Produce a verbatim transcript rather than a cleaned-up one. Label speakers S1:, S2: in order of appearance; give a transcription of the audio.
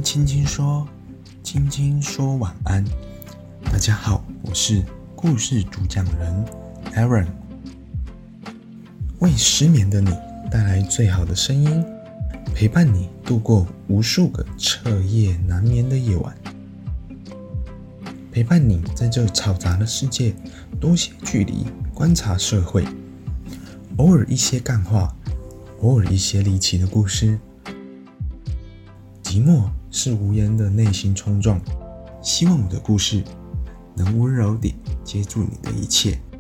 S1: 青青说，青青说晚安。大家好，我是故事主讲人 Aaron， 为失眠的你带来最好的声音，陪伴你度过无数个彻夜难眠的夜晚，陪伴你在这嘈杂的世界多些距离观察社会，偶尔一些干话，偶尔一些离奇的故事。寂寞是无言的内心冲撞，希望我的故事能温柔地接住你的一切。